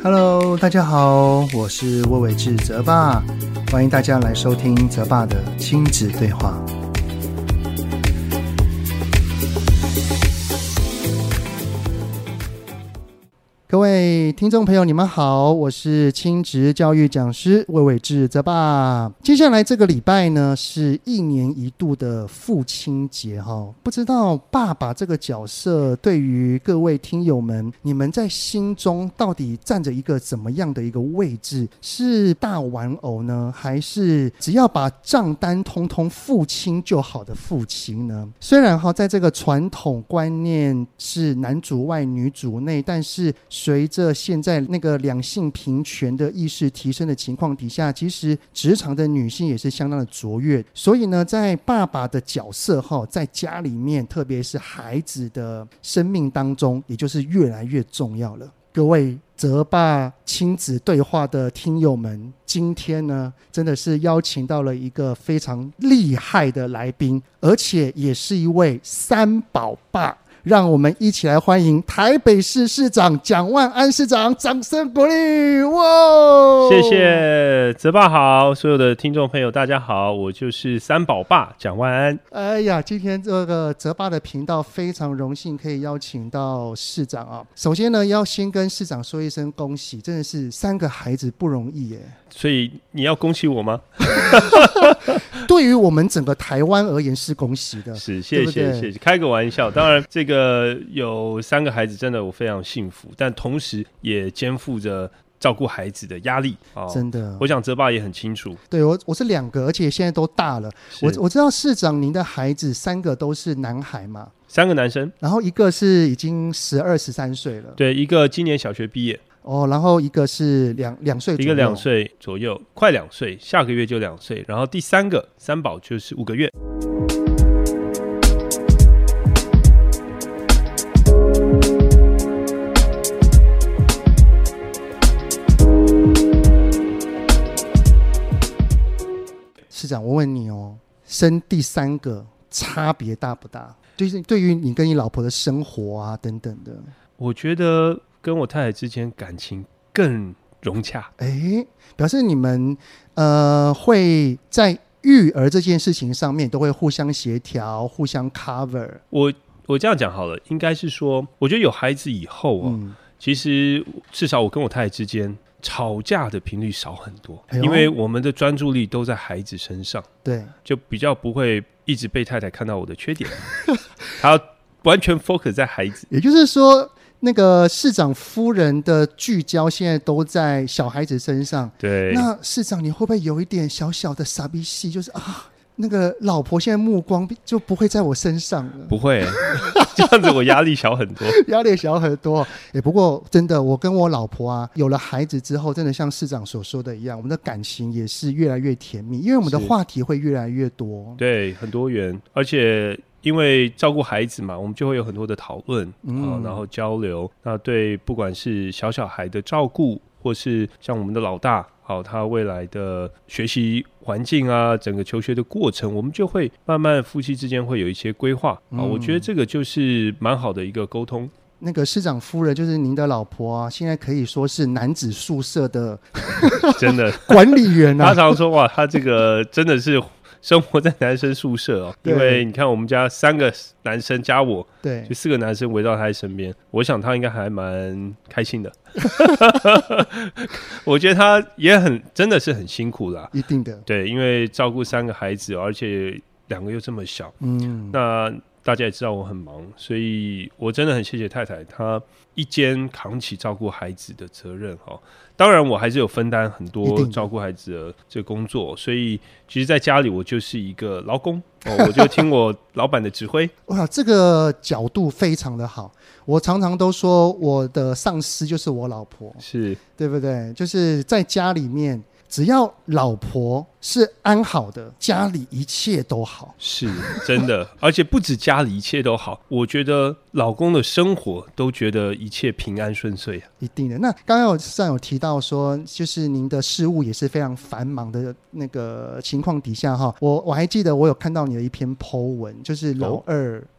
Hello， 大家好，我是魏伟志泽爸，欢迎大家来收听泽爸的亲子对话。各位听众朋友你们好，我是亲职教育讲师魏伟志泽爸。接下来这个礼拜呢是1年1度的父亲节，不知道爸爸这个角色对于各位听友们，你们在心中到底站着一个怎么样的一个位置？是大玩偶呢，还是只要把账单通通付清就好的父亲呢？虽然在这个传统观念是男主外女主内，但是随着现在那个两性平权的意识提升的情况底下，其实职场的女性也是相当的卓越。所以呢，在爸爸的角色在家里面，特别是孩子的生命当中，也就是越来越重要了。各位泽爸亲子对话的听友们，今天呢真的是邀请到了一个非常厉害的来宾，而且也是一位三宝爸。让我们一起来欢迎台北市市长蒋万安市长，掌声鼓励！哇， 谢谢泽爸好，所有的听众朋友大家好，我就是三宝爸蒋万安。 哎呀，今天这个泽爸的频道非常荣幸可以邀请到市长啊。首先呢，要先跟市长说一声恭喜，真的是3个孩子不容易耶。 所以你要恭喜我吗？ 对于我们整个台湾而言是恭喜的， 是，谢谢谢谢，开个玩笑。当然这个有3个孩子真的我非常幸福，但同时也肩负着照顾孩子的压力， 真的。 我想泽爸也很清楚。 对，我是2个，而且现在都大了。我知道市长您的孩子3个都是男孩嘛？3 个男生， 然后一个是已经12、13岁了， 对，一个今年小学毕业。 然后一个是2岁左右， 一个2岁左右，快2岁，下个月就2岁。然后第3个三宝就是5个月。 市长，我问你生第3个差别大不大？就是对于你跟你老婆的生活啊等等的。 我觉得跟我太太之间感情更融洽。 表示你们会在育儿这件事情上面都会互相协调，互相 cover。 我这样讲好了，应该是说我觉得有孩子以后其实至少我跟我太太之间吵架的频率少很多，因为我们的专注力都在孩子身上，对，就比较不会一直被太太看到我的缺点她完全 focus 在孩子。也就是说那个市长夫人的聚焦现在都在小孩子身上。对，那市长你会不会有一点小小的傻逼戏，就是那个老婆现在目光就不会在我身上了？不会这样子我压力小很多压力小很多。不过真的我跟我老婆有了孩子之后，真的像市长所说的一样，我们的感情也是越来越甜蜜，因为我们的话题会越来越多。对，很多元，而且因为照顾孩子嘛，我们就会有很多的讨论然后交流。那对不管是小孩的照顾，或是像我们的老大他未来的学习环境啊，整个求学的过程，我们就会慢慢夫妻之间会有一些规划我觉得这个就是蛮好的一个沟通。那个市长夫人就是您的老婆现在可以说是男子宿舍的真的管理员他常说哇，他这个真的是生活在男生宿舍因为你看我们家3个男生加我，对，就4个男生围绕他身边，我想他应该还蛮开心的我觉得他也真的是很辛苦啦，一定的，对，因为照顾3个孩子，而且2个又这么小，那大家也知道我很忙，所以我真的很谢谢太太，她一肩扛起照顾孩子的责任当然我还是有分担很多照顾孩子的这个工作，所以其实在家里我就是一个劳工我就听我老板的指挥哇，这个角度非常的好。我常常都说我的上司就是我老婆，是对不对？就是在家里面只要老婆是安好的，家里一切都好，是真的而且不止家里一切都好，我觉得老公的生活都觉得一切平安顺遂一定的。那刚刚有提到说就是您的事务也是非常繁忙的那个情况底下我还记得我有看到你的一篇 po 文，就是老二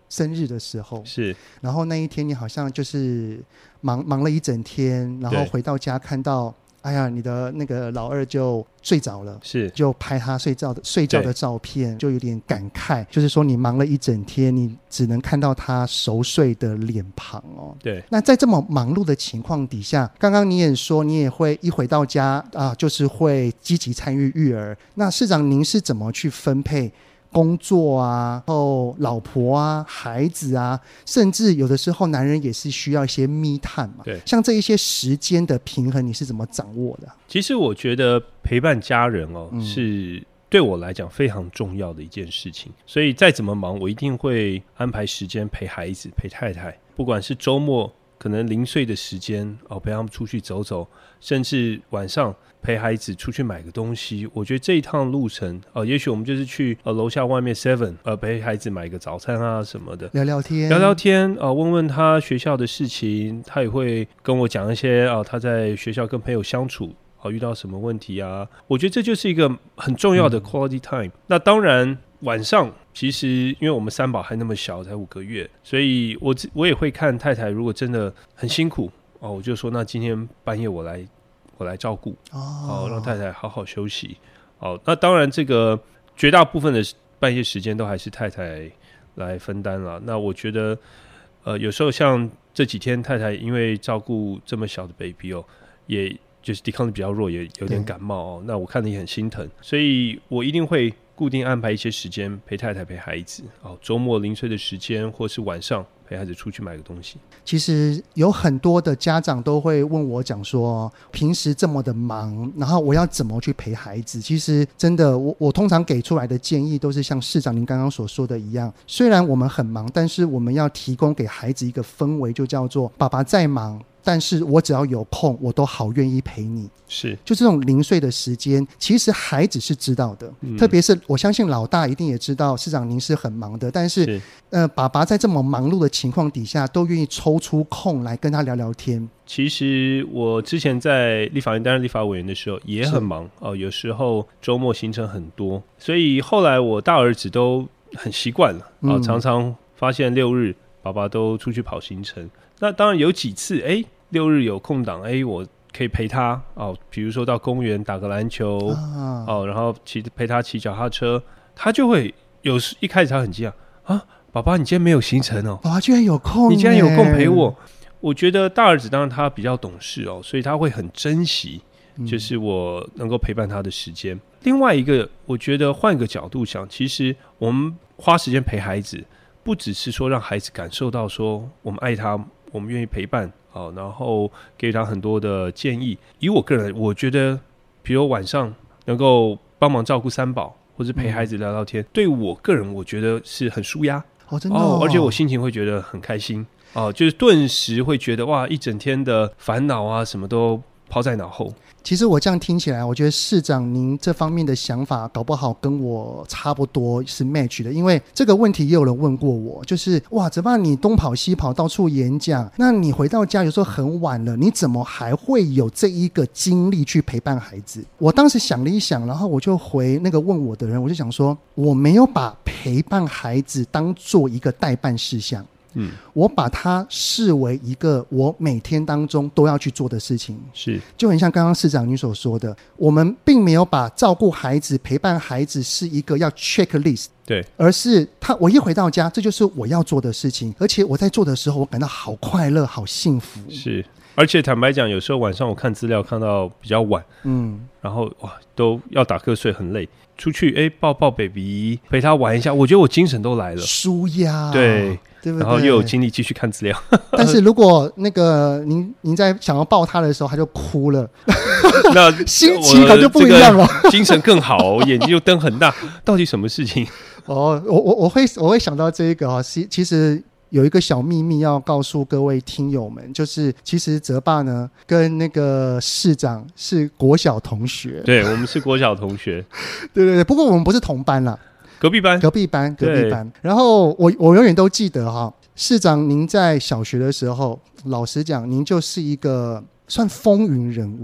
生日的时候， 是， 然后那一天你好像就是忙了一整天，然后回到家看到哎呀，你的那个老二就睡着了， 是， 就拍他睡觉的照片，就有点感慨，就是说你忙了一整天，你只能看到他熟睡的脸庞哦。 对， 那在这么忙碌的情况底下，刚刚你也说你也会一回到家啊，就是会积极参与育儿。那市长您是怎么去分配工作啊，然后老婆啊，孩子啊，甚至有的时候男人也是需要一些me time嘛。 对， 像这一些时间的平衡，你是怎么掌握的？ 其实我觉得陪伴家人是对我来讲非常重要的一件事情，所以再怎么忙，我一定会安排时间陪孩子、陪太太，不管是周末可能零碎的时间陪他们出去走走，甚至晚上陪孩子出去买个东西。我觉得这一趟路程也许我们就是去楼下外面 Seven 陪孩子买个早餐啊什么的，聊聊天问问他学校的事情，他也会跟我讲一些他在学校跟朋友相处遇到什么问题啊。我觉得这就是一个很重要的 quality time。那当然晚上其实因为我们三宝还那么小，才5个月，所以我也会看太太如果真的很辛苦我就说那今天半夜我来照顾让太太好好休息那当然这个绝大部分的半夜时间都还是太太来分担了。那我觉得有时候像这几天太太因为照顾这么小的 baby 也就是抵抗力比较弱，也有点感冒那我看得也很心疼，所以我一定会固定安排一些时间陪太太陪孩子周末零碎的时间或是晚上陪孩子出去买个东西。 其实有很多的家长都会问我讲说，平时这么的忙，然后我要怎么去陪孩子。其实真的我通常给出来的建议都是像市长您刚刚所说的一样，虽然我们很忙，但是我们要提供给孩子一个氛围，就叫做爸爸再忙，但是我只要有空我都好愿意陪你。 是， 就这种零碎的时间其实孩子是知道的特别是我相信老大一定也知道市长您是很忙的，但是爸爸在这么忙碌的情况底下都愿意抽出空来跟他聊聊天。 其实我之前在立法院担任立法委员的时候也很忙有时候周末行程很多，所以后来我大儿子都很习惯了常常发现6日爸爸都出去跑行程。那当然有几次6日有空档我可以陪他比如说到公园打个篮球然后陪他骑脚踏车，他就会一开始他很惊讶爸爸你今天没有行程爸爸居然有空你竟然有空陪我。我觉得大儿子当然他比较懂事所以他会很珍惜就是我能够陪伴他的时间另外一个我觉得换个角度想，其实我们花时间陪孩子不只是说让孩子感受到说我们爱他，我们愿意陪伴然后给他很多的建议。以我个人我觉得比如晚上能够帮忙照顾三宝或是陪孩子聊聊天对我个人我觉得是很舒压真的而且我心情会觉得很开心就是顿时会觉得哇一整天的烦恼啊什么都抛在脑后。 其实我这样听起来我觉得市长您这方面的想法搞不好跟我差不多是 match 的，因为这个问题也有人问过我，就是哇怎么你东跑西跑到处演讲，那你回到家有时候很晚了，你怎么还会有这一个精力去陪伴孩子？我当时想了一想，然后我就回那个问我的人，我就想说我没有把陪伴孩子当做一个待办事项我把它视为一个我每天当中都要去做的事情， 是就很像刚刚市长您所说的，我们并没有把照顾孩子陪伴孩子是一个要 checklist， 对， 而是我一回到家这就是我要做的事情，而且我在做的时候我感到好快乐好幸福。 是，而且坦白讲有时候晚上我看资料看到比较晚然后哇都要打瞌睡很累，出去抱抱 baby 陪他玩一下，我觉得我精神都来了， 舒压对对不对？ 然后又有精力继续看资料但是如果那个您在想要抱他的时候他就哭了那心情可就不一样了精神更好我眼睛就瞪很大到底什么事情我会想到这一个其实有一个小秘密要告诉各位听友们，就是其实泽爸呢跟那个市长是国小同学， 对我们是国小同学对，不过我们不是同班啦，隔壁班。然后我永远都记得市长您在小学的时候，老实讲您就是一个算风云人物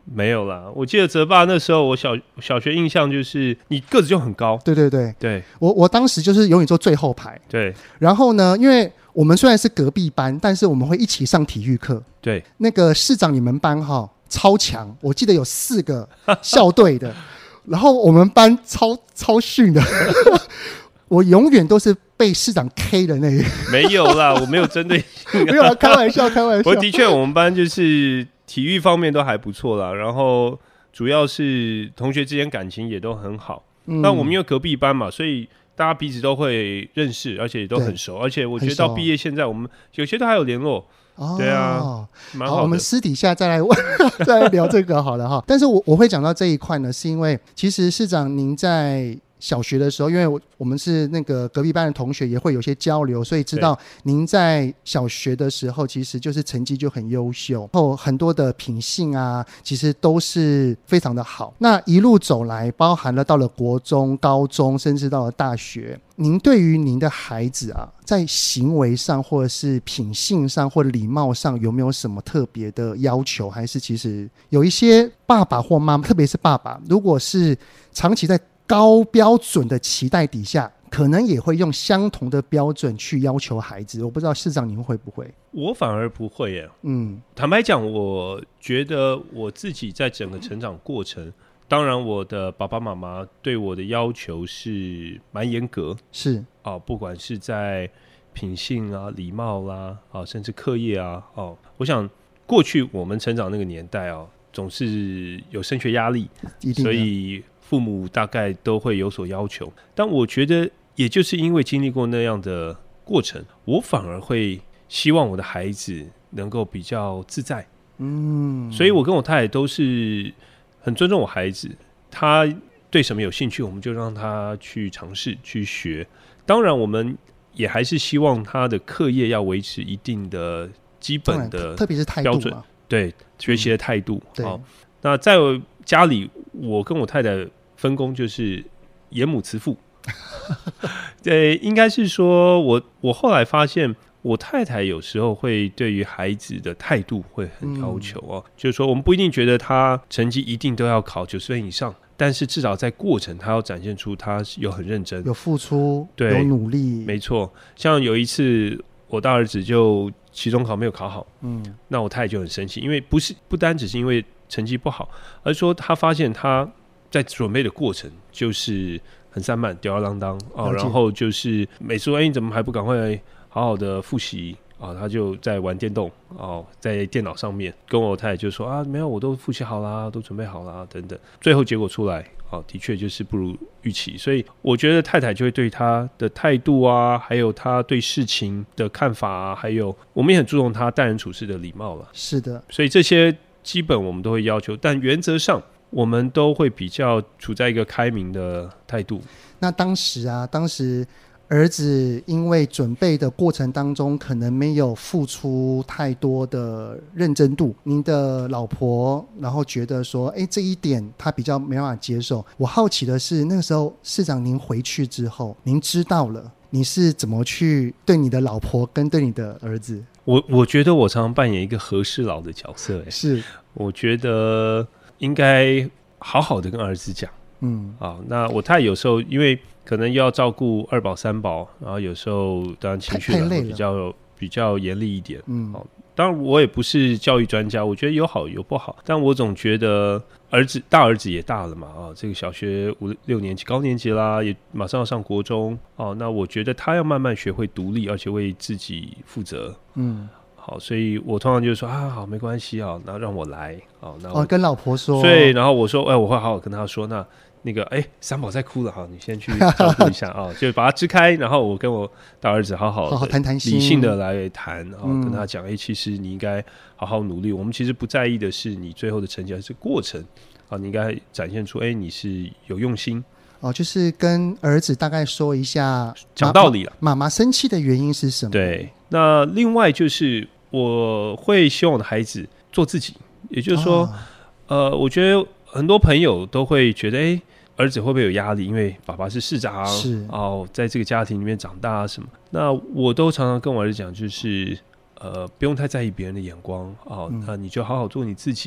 没有啦，我记得泽爸那时候我小学印象就是你个子就很高。 对对对对， 我当时就是永远坐最后排。 对， 然后呢，因为我们虽然是隔壁班，但是我们会一起上体育课。 对， 那个市长你们班超强，我记得有4个校队的，然后我们班超逊的，我永远都是被市长 K 的那个。 没有啦，我没有针对性、 没有啦，开玩笑。 我的确，我们班就是体育方面都还不错啦，然后主要是同学之间感情也都很好。那我们因为隔壁班嘛，所以大家彼此都会认识，而且也都很熟。而且我觉得到毕业现在，我们有些都还有联络。对啊，蛮好的。 好，我们私底下再来再来聊这个好了哈。但是我会讲到这一块呢，是因为其实市长您在小学的时候，因为我们是那个隔壁班的同学，也会有些交流，所以知道您在小学的时候其实就是成绩就很优秀，然后很多的品性啊其实都是非常的好。那一路走来，包含了到了国中、高中，甚至到了大学，您对于您的孩子啊，在行为上或者是品性上或者礼貌上有没有什么特别的要求？还是其实有一些爸爸或妈妈，特别是爸爸，如果是长期在高标准的期待底下，可能也会用相同的标准去要求孩子。我不知道市长您会不会？ 我反而不会耶。坦白讲，我觉得我自己在整个成长过程，当然我的爸爸妈妈对我的要求是蛮严格， 是不管是在品性啊、礼貌啦甚至课业啊我想过去我们成长那个年代总是有升学压力，所以父母大概都会有所要求。但我觉得也就是因为经历过那样的过程，我反而会希望我的孩子能够比较自在。所以我跟我太太都是很尊重我孩子，他对什么有兴趣我们就让他去尝试去学。当然我们也还是希望他的课业要维持一定的基本的特别是态度标准，对学习的态度。 好， 那在家里我跟我太太分工就是严母慈父。对，应该是说我后来发现我太太有时候会对于孩子的态度会很要求就是说我们不一定觉得他成绩一定都要考90分以上，但是至少在过程他要展现出他有很认真、 有付出、 对， 有努力。没错，像有一次我大儿子就期中考没有考好，那我太太就很生气，因为不单只是因为成绩不好，而是说他发现他在准备的过程就是很散漫、吊儿郎当然后就是每次说你怎么还不赶快好好的复习他就在玩电动在电脑上面，跟我太太就说没有，我都复习好啦，都准备好啦等等。最后结果出来的确就是不如预期，所以我觉得太太就会对他的态度还有他对事情的看法还有我们也很注重他待人处事的礼貌了。 是的， 所以这些基本我们都会要求，但原则上我们都会比较处在一个开明的态度。 那当时儿子因为准备的过程当中可能没有付出太多的认真度，您的老婆然后觉得说这一点他比较没办法接受。我好奇的是那个时候市长您回去之后，您知道了你是怎么去对你的老婆跟对你的儿子？ 我觉得我常常扮演一个和事佬的角色是我觉得应该好好的跟儿子讲那我太太有时候因为可能又要照顾2宝3宝，然后有时候当然情绪比较严厉一点当然我也不是教育专家，我觉得有好有不好，但我总觉得大儿子也大了嘛这个小学5、6年级高年级啦，也马上要上国中那我觉得他要慢慢学会独立，而且为自己负责好，所以我通常就说好没关系那让我来那跟老婆说， 对，然后我说我会好好跟他说，那个3宝在哭了你先去照顾一下就把他支开，然后我跟我大儿子好好谈心， 理性的来谈跟他讲其实你应该好好努力，我们其实不在意的是你最后的成绩，而是过程你应该展现出你是有用心就是跟儿子大概说一下讲道理了， 妈妈生气的原因是什么。 对，那另外就是我会希望我的孩子做自己，也就是说我觉得很多朋友都会觉得儿子会不会有压力，因为爸爸是市长在这个家庭里面长大什么，那我都常常跟我儿子讲，就是不用太在意别人的眼光那你就好好做你自己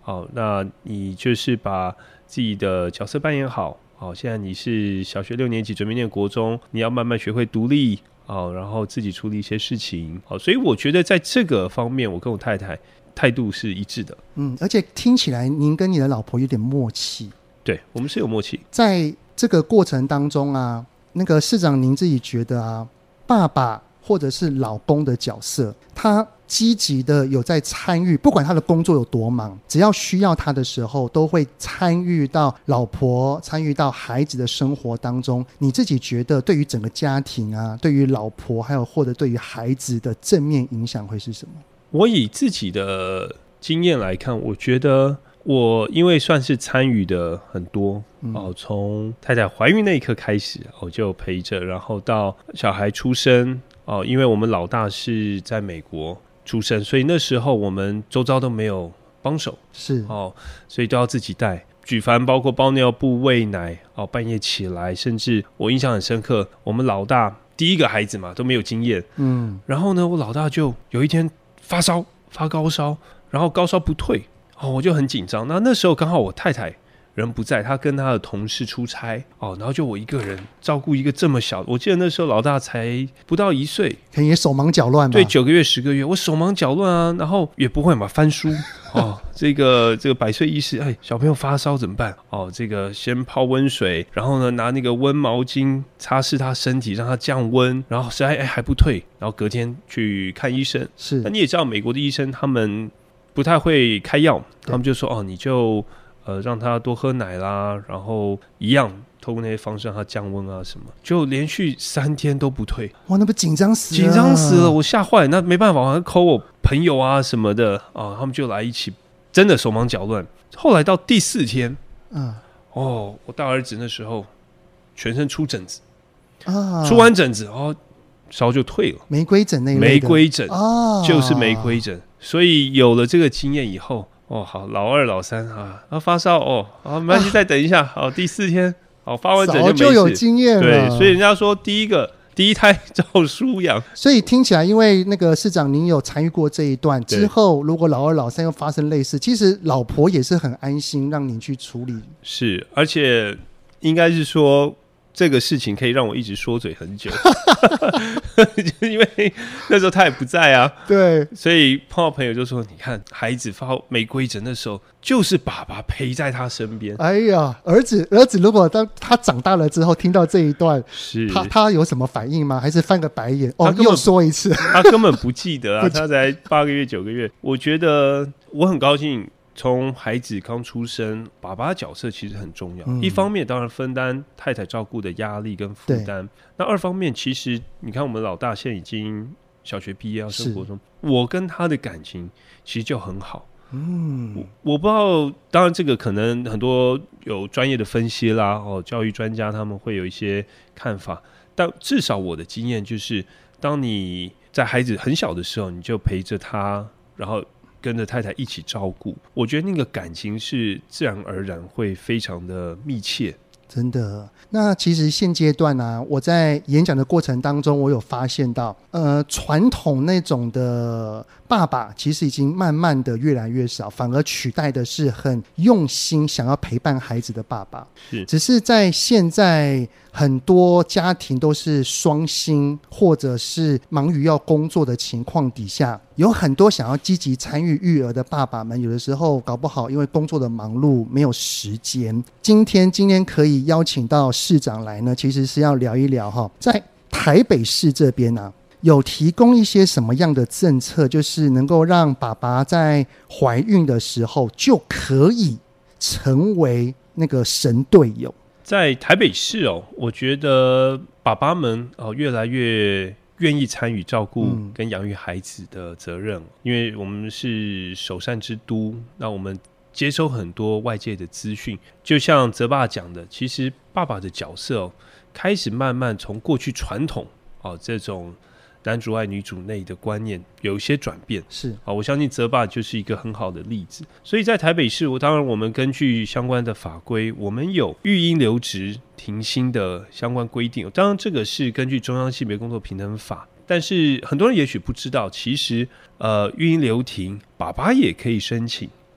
那你就是把自己的角色扮演好。现在你是小学6年级准备念国中，你要慢慢学会独立，然后自己处理一些事情。所以我觉得在这个方面我跟我太太态度是一致的。 而且听起来您跟你的老婆有点默契。 对，我们是有默契。 在这个过程当中啊，那个市长您自己觉得啊，爸爸或者是老公的角色，他积极的有在参与，不管他的工作有多忙，只要需要他的时候都会参与到老婆参与到孩子的生活当中。你自己觉得对于整个家庭啊，对于老婆还有或者对于孩子的正面影响会是什么？ 我以自己的经验来看，我觉得我因为算是参与的很多，从太太怀孕那一刻开始我就陪着，然后到小孩出生，因为我们老大是在美国出生，所以那时候我们周遭都没有帮手， 是所以都要自己带，举凡包括包尿布、喂奶，半夜起来，甚至我印象很深刻，我们老大第一个孩子嘛，都没有经验，然后呢，我老大就有一天发高烧，然后高烧不退，我就很紧张。那时候刚好我太太人不在，她跟她的同事出差，然后就我一个人照顾一个这么小，我记得那时候老大才不到1岁， 可能也手忙脚乱吧。 对，9个月10个月，我手忙脚乱啊，然后也不会嘛翻书这个百岁医师，小朋友发烧怎么办？这个先泡温水，然后呢拿那个温毛巾擦拭他身体，让他降温，然后实在还不退，然后隔天去看医生。 是， 那你也知道美国的医生他们不太会开药，他们就说你就让他多喝奶啦，然后一样透过那些方式让他降温啊什么，就连续3天都不退。 哇，那不紧张死了？ 紧张死了，我吓坏了。那没办法，我还 call 我朋友啊什么的他们就来一起，真的手忙脚乱。后来到第4天，我大儿子那时候全身出疹子出完疹子烧就退了， 玫瑰疹那一类的玫瑰疹就是玫瑰疹。所以有了这个经验以后，好，老2老3发烧没关系，再等一下，第4天发完疹就没事， 早就有经验了。 对，所以人家说第一胎照书养。 所以听起来，因为那个市长您有参与过这一段之后，如果老2老3又发生类似，其实老婆也是很安心让你去处理。 是，而且应该是说这个事情可以让我一直说嘴很久因为那时候他也不在啊， 对， 所以碰到朋友就说，你看孩子发玫瑰疹的时候就是爸爸陪在他身边。 哎呀，儿子如果当他长大了之后听到这一段， 是他有什么反应吗？还是翻个白眼？又说一次他根本不记得啊他才8个月9个月。我觉得我很高兴，从孩子刚出生，爸爸的角色其实很重要。一方面当然分担太太照顾的压力跟负担，那2方面其实你看我们老大现在已经小学毕业要生活中，我跟他的感情其实就很好。我不知道，当然这个可能很多有专业的分析啦，教育专家他们会有一些看法，但至少我的经验就是，当你在孩子很小的时候，你就陪着他，然后跟着太太一起照顾，我觉得那个感情是自然而然会非常的密切。 真的。那其实现阶段啊，我在演讲的过程当中，我有发现到传统那种的爸爸其实已经慢慢的越来越少，反而取代的是很用心想要陪伴孩子的爸爸。只是在现在很多家庭都是双薪或者是忙于要工作的情况底下，有很多想要积极参与育儿的爸爸们，有的时候搞不好因为工作的忙碌没有时间。今天可以邀请到市长来呢，其实是要聊一聊在台北市这边啊，有提供一些什么样的政策，就是能够让爸爸在怀孕的时候就可以成为那个神队友。 在台北市我觉得爸爸们越来越愿意参与照顾跟养育孩子的责任，因为我们是首善之都，那我们接收很多外界的资讯，就像泽爸讲的，其实爸爸的角色开始慢慢从过去传统这种男主外女主内的观念有一些转变。 是我相信泽爸就是一个很好的例子。所以在台北市，当然我们根据相关的法规，我们有育婴留职停薪的相关规定，当然这个是根据中央性别工作平等法，但是很多人也许不知道，其实育婴留停爸爸也可以申请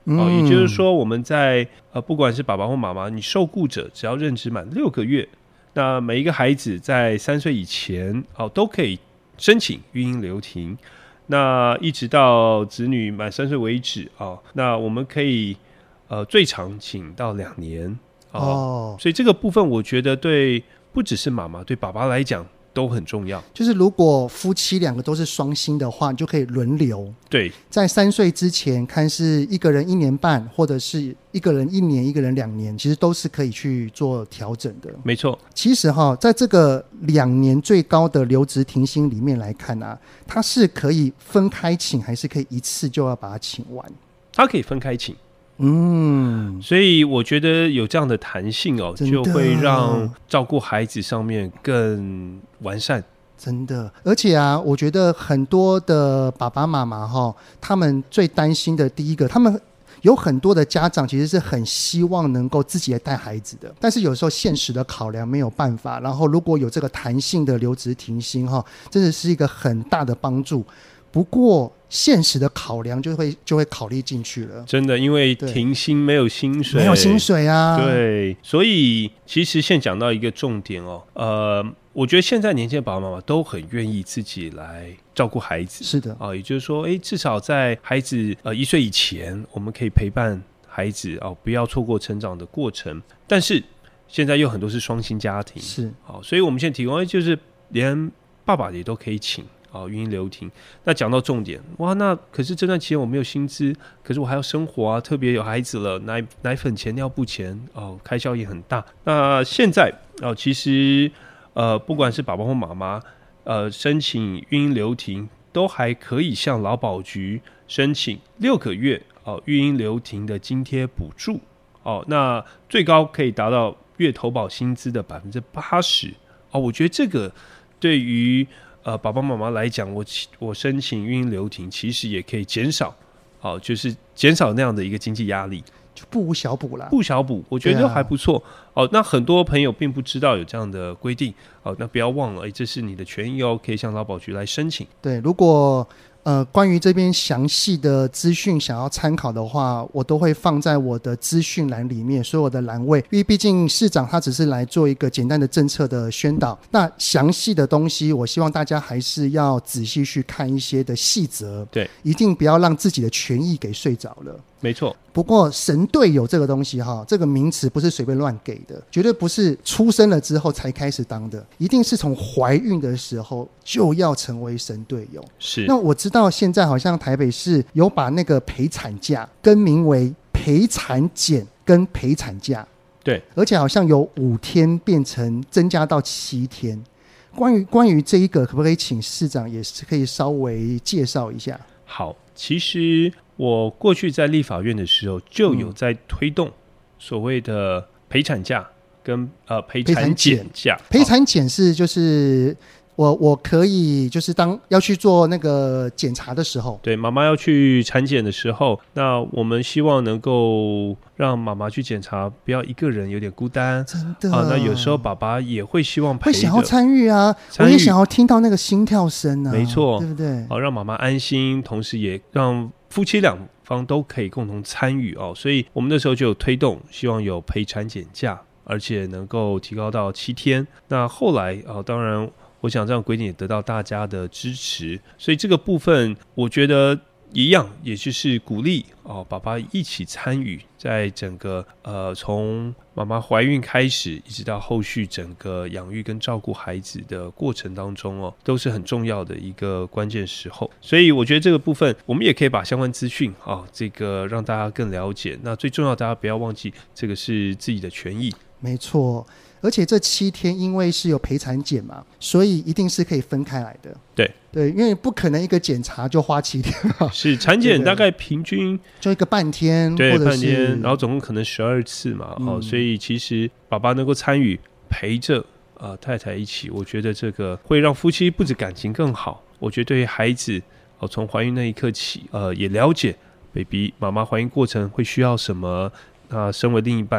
也就是说我们在不管是爸爸或妈妈，你受雇者只要任职满6个月，那每一个孩子在3岁以前都可以申请育婴留停，那一直到子女满3岁为止那我们可以最长请到2年所以这个部分我觉得对不只是妈妈，对爸爸来讲都很重要。 就是如果夫妻2个都是双薪的话，你就可以轮流。 对，在 3岁之前看是一个人1年半，或者是一个人1年一个人2年，其实都是可以去做调整的。 没错。 其实在这个2年最高的留职停薪里面来看它是可以分开请，还是可以一次就要把它请完？ 它可以分开请。所以我觉得有这样的弹性就会让照顾孩子上面更完善。 真的，而且我觉得很多的爸爸妈妈他们最担心的第一个，他们有很多的家长其实是很希望能够自己来带孩子的，但是有时候现实的考量没有办法，然后如果有这个弹性的留职停薪真的是一个很大的帮助。不过现实的考量就会考虑进去了。 真的，因为停薪没有薪水， 没有薪水啊。 对，所以其实现在讲到一个重点我觉得现在年轻的爸爸妈妈都很愿意自己来照顾孩子。 是的也就是说至少在孩子1岁以前，我们可以陪伴孩子不要错过成长的过程。但是现在又很多是双薪家庭， 是所以我们现在提供就是连爸爸也都可以请育婴留停。那讲到重点，那可是这段期间我没有薪资，可是我还要生活特别有孩子了，奶粉钱、尿布钱开销也很大。那现在其实不管是爸爸或妈妈申请育婴留停，都还可以向劳保局申请6个月育婴留停的津贴补助那最高可以达到月投保薪资的80%我觉得这个对于爸爸妈妈来讲，我申请育婴留停，其实也可以减少就是减少那样的一个经济压力， 就不无小补啦。 不小补，我觉得就还不错那很多朋友并不知道有这样的规定那不要忘了这是你的权益可以向劳保局来申请。 对，如果关于这边详细的资讯想要参考的话，我都会放在我的资讯栏里面，所有的栏位，因为毕竟市长他只是来做一个简单的政策的宣导，那详细的东西我希望大家还是要仔细去看一些的细则， 对， 一定不要让自己的权益给睡着了。 没错。 不过神队友这个东西这个名词不是随便乱给的，绝对不是出生了之后才开始当的，一定是从怀孕的时候就要成为神队友。 是。 那我知道现在好像台北市有把那个陪产假更名为陪产检跟陪产假， 对， 而且好像有5天变成增加到7天。关于这一个，可不可以请市长也是可以稍微介绍一下？ 好，其实我过去在立法院的时候就有在推动所谓的陪产假跟陪产检假。 陪产检是就是我可以就是当要去做那个检查的时候， 对，妈妈要去产检的时候，那我们希望能够让妈妈去检查，不要一个人有点孤单。 真的那有时候爸爸也会希望陪着， 会想要参与啊，我也想要听到那个心跳声啊， 没错， 对不对？ 让妈妈安心，同时也让夫妻2方都可以共同参与所以我们那时候就有推动，希望有陪产检假，而且能够提高到7天。那后来当然我想这样规定也得到大家的支持，所以这个部分我觉得一样，也就是鼓励爸爸一起参与，在整个从妈妈怀孕开始，一直到后续整个养育跟照顾孩子的过程当中都是很重要的一个关键时候。所以我觉得这个部分我们也可以把相关资讯这个让大家更了解。那最重要，大家不要忘记，这个是自己的权益。 没错。而且这7天因为是有陪产检嘛，所以一定是可以分开来的。对，因为不可能一个检查就花7天是产检大概平均就一个半天， 对， 或者是半天，然后总共可能12次嘛所以其实爸爸能够参与陪着太太一起，我觉得这个会让夫妻不止感情更好，我觉得对于孩子从怀孕那一刻起也了解 baby 妈妈怀孕过程会需要什么，那身为另一半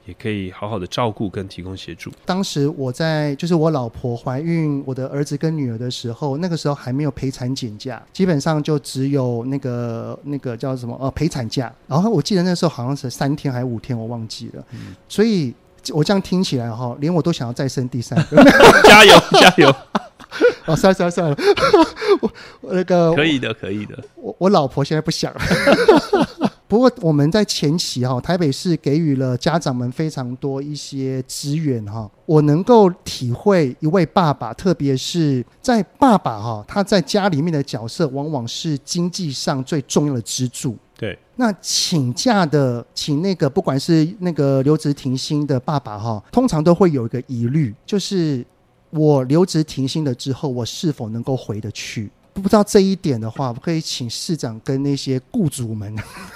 也可以好好的照顾跟提供协助。 当时我就是我老婆怀孕我的儿子跟女儿的时候，那个时候还没有陪产检假，基本上就只有那个叫什么陪产假，然后我记得那时候好像是3天还是5天，我忘记了。所以我这样听起来连我都想要再生第3个。 加油加油！ 算了，我可以的。 我老婆现在不想了。不过我们在前期台北市给予了家长们非常多一些资源我能够体会一位爸爸，特别是在爸爸他在家里面的角色往往是经济上最重要的支柱。 对， 那请假的请那个不管是那个留职停薪的爸爸通常都会有一个疑虑，就是我留职停薪了之后我是否能够回得去。不知道这一点的话，我可以请市长跟那些雇主们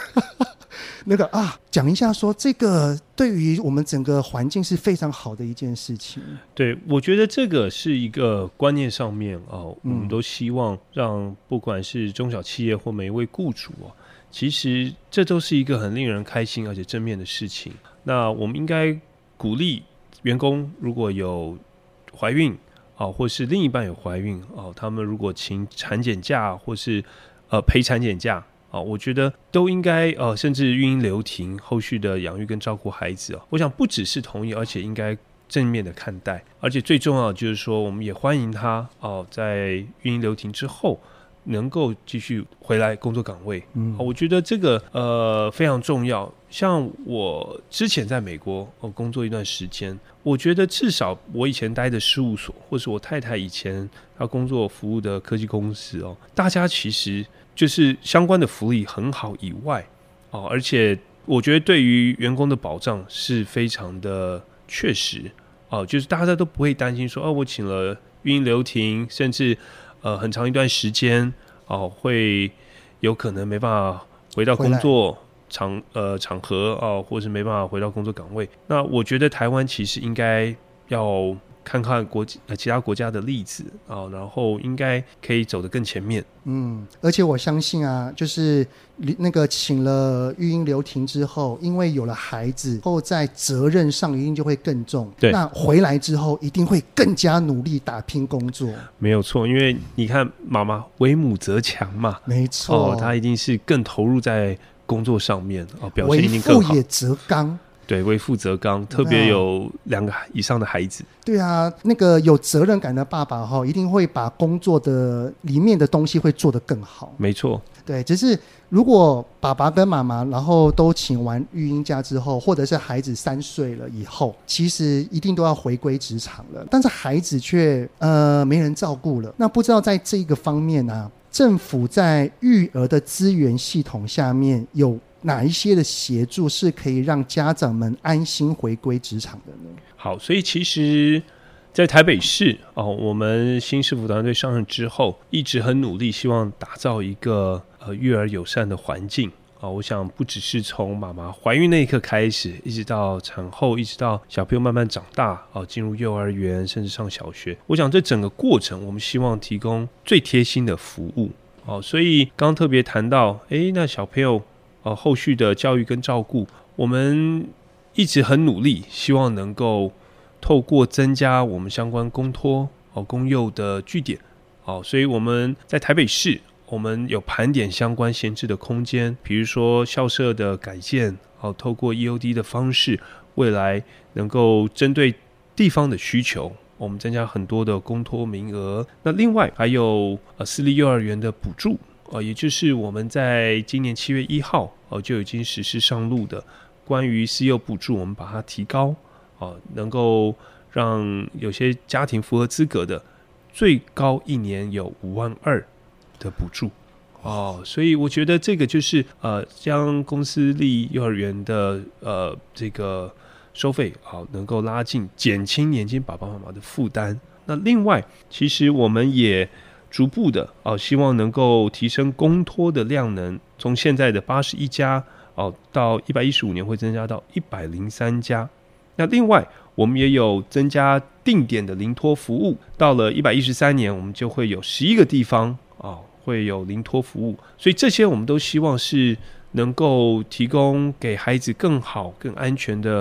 讲一下，说这个对于我们整个环境是非常好的一件事情。 对，我觉得这个是一个观念上面我们都希望让不管是中小企业或每一位雇主其实这都是一个很令人开心而且正面的事情。那我们应该鼓励员工如果有怀孕或是另一半有怀孕他们如果请产检假或是陪产检假我觉得都应该甚至育婴留停后续的养育跟照顾孩子我想不只是同意，而且应该正面的看待。而且最重要的就是说，我们也欢迎他在育婴留停之后能够继续回来工作岗位。我觉得这个非常重要。像我之前在美国工作一段时间，我觉得至少我以前待的事务所，或是我太太以前要工作服务的科技公司大家其实就是相关的福利很好以外而且我觉得对于员工的保障是非常的确实就是大家都不会担心说我请了育婴留停，甚至很长一段时间会有可能没办法回到工作场合或是没办法回到工作岗位。那我觉得台湾其实应该要看看其他国家的例子然后应该可以走得更前面。 而且我相信就是那个请了育婴留停之后，因为有了孩子后，在责任上一定就会更重。 对， 那回来之后一定会更加努力打拼工作。 没有错，因为你看妈妈为母则强嘛。 没错她一定是更投入在工作上面表现一定更好。 为父也则刚。 对，为父则刚，特别有2个以上的孩子。 对啊，那个有责任感的爸爸一定会把工作的里面的东西会做得更好。 没错。 对，只是如果爸爸跟妈妈然后都请完育婴假之后，或者是孩子3岁了以后，其实一定都要回归职场了，但是孩子却没人照顾了。那不知道在这个方面政府在育儿的资源系统下面有哪一些的协助是可以让家长们安心回归职场的呢？ 好，所以其实在台北市我们新市府团队上任之后，一直很努力，希望打造一个育儿友善的环境我想不只是从妈妈怀孕那一刻开始，一直到产后，一直到小朋友慢慢长大进入幼儿园，甚至上小学。我想这整个过程，我们希望提供最贴心的服务所以刚刚特别谈到，那小朋友后续的教育跟照顾，我们一直很努力，希望能够透过增加我们相关公托公幼的据点所以我们在台北市，我们有盘点相关闲置的空间，比如说校舍的改建透过 EOD 的方式，未来能够针对地方的需求，我们增加很多的公托名额。那另外还有私立幼儿园的补助也就是我们在今年7月1号就已经实施上路的关于私幼补助，我们把它提高能够让有些家庭符合资格的，最高一年有52000的补助所以我觉得这个就是将公私立幼儿园的这个收费能够拉近，减轻年轻爸爸妈妈的负担。那另外其实我们也逐步的希望能够提升公托的量能，从现在的81家到115年会增加到103家。那另外我们也有增加定点的临托服务，到了113年我们就会有11个地方会有临托服务。所以这些我们都希望是能够提供给孩子更好更安全的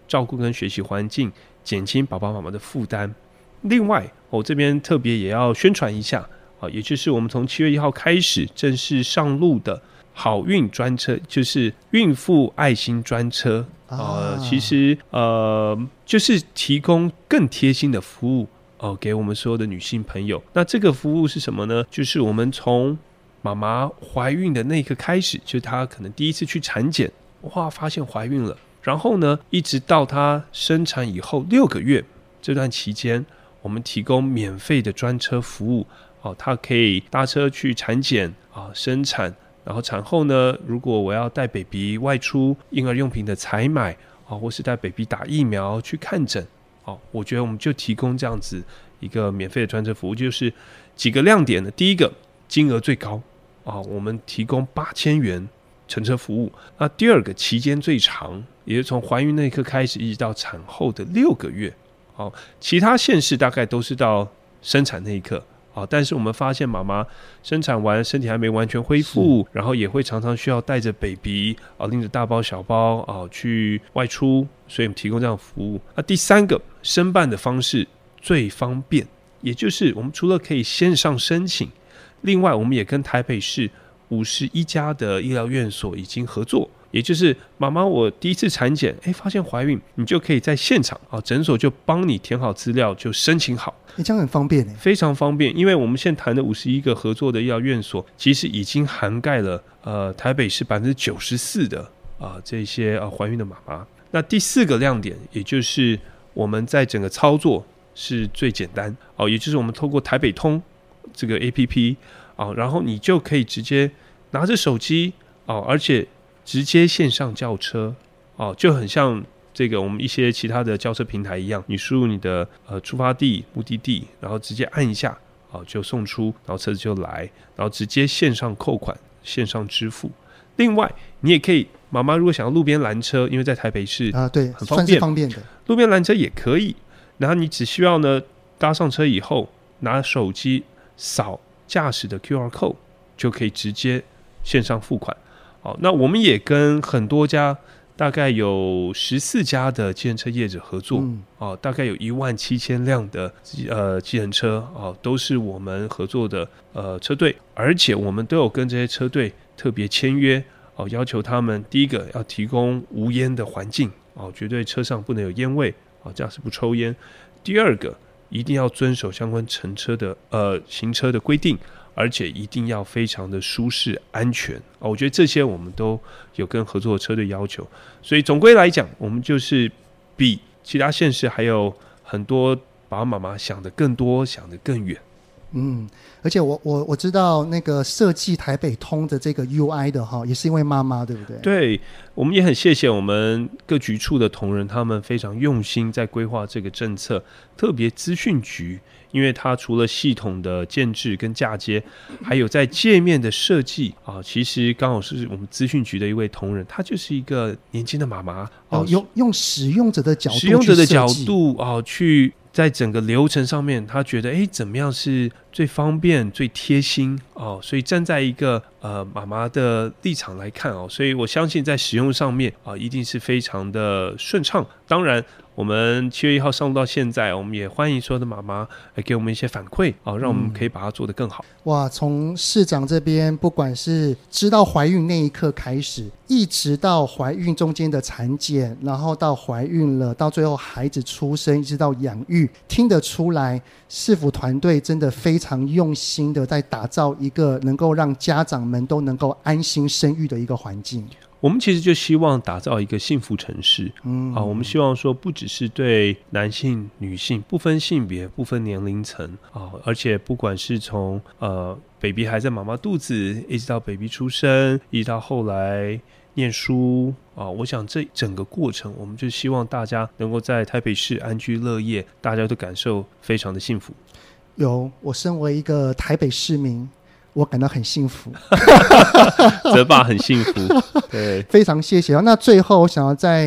照顾跟学习环境，减轻爸爸妈妈的负担。另外我这边特别也要宣传一下，也就是我们从7月1号开始正式上路的好运专车，就是孕妇爱心专车。其实就是提供更贴心的服务给我们所有的女性朋友。那这个服务是什么呢？就是我们从妈妈怀孕的那一刻开始，就是她可能第一次去产检，发现怀孕了，然后呢一直到她生产以后6个月这段期间，我们提供免费的专车服务。她可以搭车去产检生产，然后产后呢，如果我要带 baby 外出婴儿用品的采买或是带 baby 打疫苗去看诊，我觉得我们就提供这样子一个免费的专车服务。就是几个亮点呢，第一个金额最高我们提供8000元乘车服务。那第二个期间最长，也就是从怀孕那一刻开始一直到产后的6个月。其他县市大概都是到生产那一刻，但是我们发现妈妈生产完身体还没完全恢复，然后也会常常需要带着 baby 拎着大包小包去外出，所以我们提供这样的服务。第三个申办的方式最方便，也就是我们除了可以线上申请，另外我们也跟台北市51家的医疗院所已经合作，也就是妈妈我第一次产检发现怀孕，你就可以在现场诊所就帮你填好资料就申请好。 这样很方便非常方便。因为我们现在谈的51个合作的医疗院所，其实已经涵盖了台北市94%的这些怀孕的妈妈。那第4个亮点，也就是我们在整个操作是最简单也就是我们透过台北通这个 APP然后你就可以直接拿着手机而且直接线上叫车就很像这个我们一些其他的叫车平台一样，你输入你的出发地目的地，然后直接按一下就送出，然后车子就来，然后直接线上扣款线上支付。另外你也可以，妈妈如果想要路边拦车，因为在台北市对， 很方便， 算是方便的， 路边拦车也可以。然后你只需要呢搭上车以后，拿手机扫驾驶的 QR code 就可以直接线上付款。那我们也跟很多家，大概有14家的计程车业者合作，大概有17000辆的计程车都是我们合作的车队，而且我们都有跟这些车队特别签约要求他们第一个要提供无烟的环境绝对车上不能有烟味驾驶不抽烟。第二个一定要遵守相关行车的规定，而且一定要非常的舒适安全我觉得这些我们都有跟合作的车队要求。所以总归来讲，我们就是比其他县市还有很多爸爸妈妈想得更多，想得更远。 而且我知道那个设计台北通的这个 UI 的也是因为妈妈，对不对？ 对，我们也很谢谢我们各局处的同仁，他们非常用心在规划这个政策。特别资讯局，因为它除了系统的建制跟嫁接，还有在界面的设计其实刚好是我们资讯局的一位同仁，她就是一个年轻的妈妈用使用者的角度去在整个流程上面，他觉得怎么样是最方便最贴心所以站在一个妈妈的立场来看所以我相信在使用上面一定是非常的顺畅。当然我们7月1号上路到现在，我们也欢迎所有的妈妈来给我们一些反馈让我们可以把它做得更好。 从市长这边，不管是知道怀孕那一刻开始，一直到怀孕中间的产检，然后到怀孕了，到最后孩子出生，一直到养育，听得出来市府团队真的非常用心的在打造一个能够让家长们都能够安心生育的一个环境。 我们其实就希望打造一个幸福城市我们希望说不只是对男性女性不分性别不分年龄层而且不管是从baby 还在妈妈肚子，一直到 baby 出生，一直到后来念书我想这整个过程我们就希望大家能够在台北市安居乐业，大家都感受非常的幸福。 我身为一个台北市民，我感到很幸福泽爸很幸福对， 非常谢谢。那最后我想要再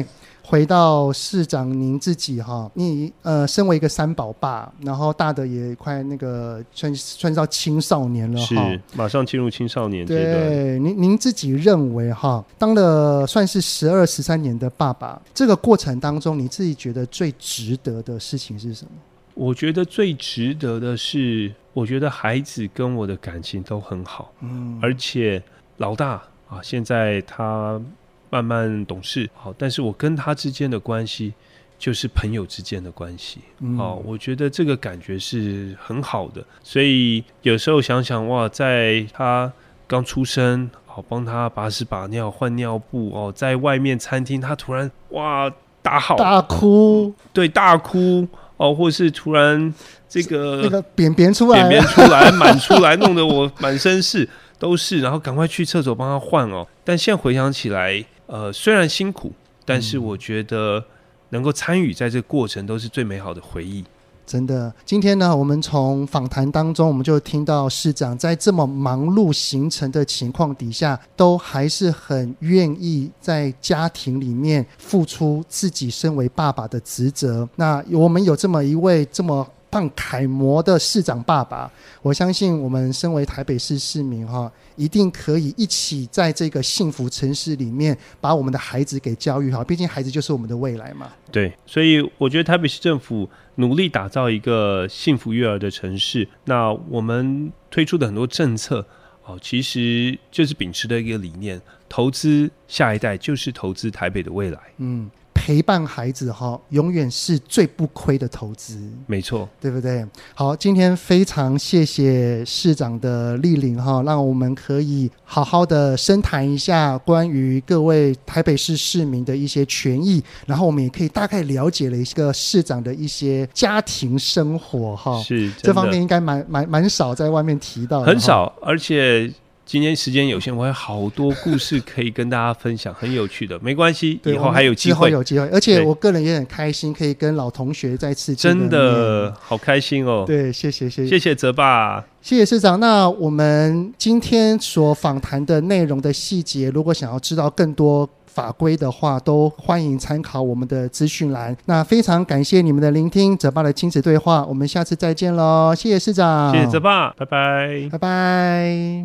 回到市长您自己哈，你身为一个三宝爸，然后大的也快那个算到青少年了哈， 是马上进入青少年阶段。 对，您自己认为哈，当了算是12、13年的爸爸，这个过程当中，你自己觉得最值得的事情是什么？ 我觉得最值得的是，我觉得孩子跟我的感情都很好，而且老大啊，现在他慢慢懂事，好，但是我跟他之间的关系就是朋友之间的关系，我觉得这个感觉是很好的。所以有时候想想哇，在他刚出生，帮他把屎把尿换尿布，在外面餐厅他突然哇大哭，对，大哭或是突然这个那个便便出来满出来，弄得我满身是都是，然后赶快去厕所帮他换但现在回想起来，虽然辛苦，但是我觉得能够参与在这个过程都是最美好的回忆。 真的，今天呢，我们从访谈当中，我们就听到市长在这么忙碌行程的情况底下，都还是很愿意在家庭里面付出自己身为爸爸的职责。那我们有这么一位这么棒楷模的市长爸爸，我相信我们身为台北市市民一定可以一起在这个幸福城市里面把我们的孩子给教育好，毕竟孩子就是我们的未来嘛。 对，所以我觉得台北市政府努力打造一个幸福育儿的城市，那我们推出的很多政策其实就是秉持的一个理念，投资下一代就是投资台北的未来。 陪伴孩子永远是最不亏的投资， 没错， 对不对？好，今天非常谢谢市长的莅临让我们可以好好的深谈一下关于各位台北市市民的一些权益，然后我们也可以大概了解了一个市长的一些家庭生活是这方面应该蛮少在外面提到的， 很少，而且今天时间有限，我有好多故事可以跟大家分享，很有趣的，没关系，以后还有机会， 之后有机会，而且我个人也很开心，可以跟老同学再次见面， 真的好开心哦。 对，谢谢泽爸，谢谢市长。那我们今天所访谈的内容的细节，如果想要知道更多法规的话，都欢迎参考我们的资讯栏。那非常感谢你们的聆听，泽爸的亲子对话，我们下次再见咯。谢谢市长， 谢谢泽爸，拜拜， 拜拜。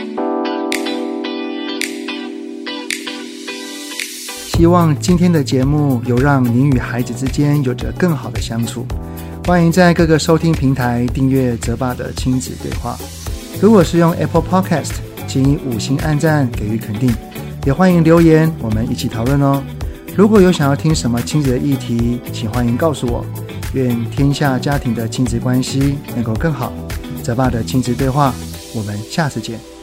希望今天的节目有让您与孩子之间有着更好的相处。欢迎在各个收听平台订阅泽爸的亲子对话。如果是用 Apple Podcast， 请以5星按赞给予肯定，也欢迎留言，我们一起讨论哦。如果有想要听什么亲子的议题，请欢迎告诉我。愿天下家庭的亲子关系能够更好。泽爸的亲子对话，我们下次见。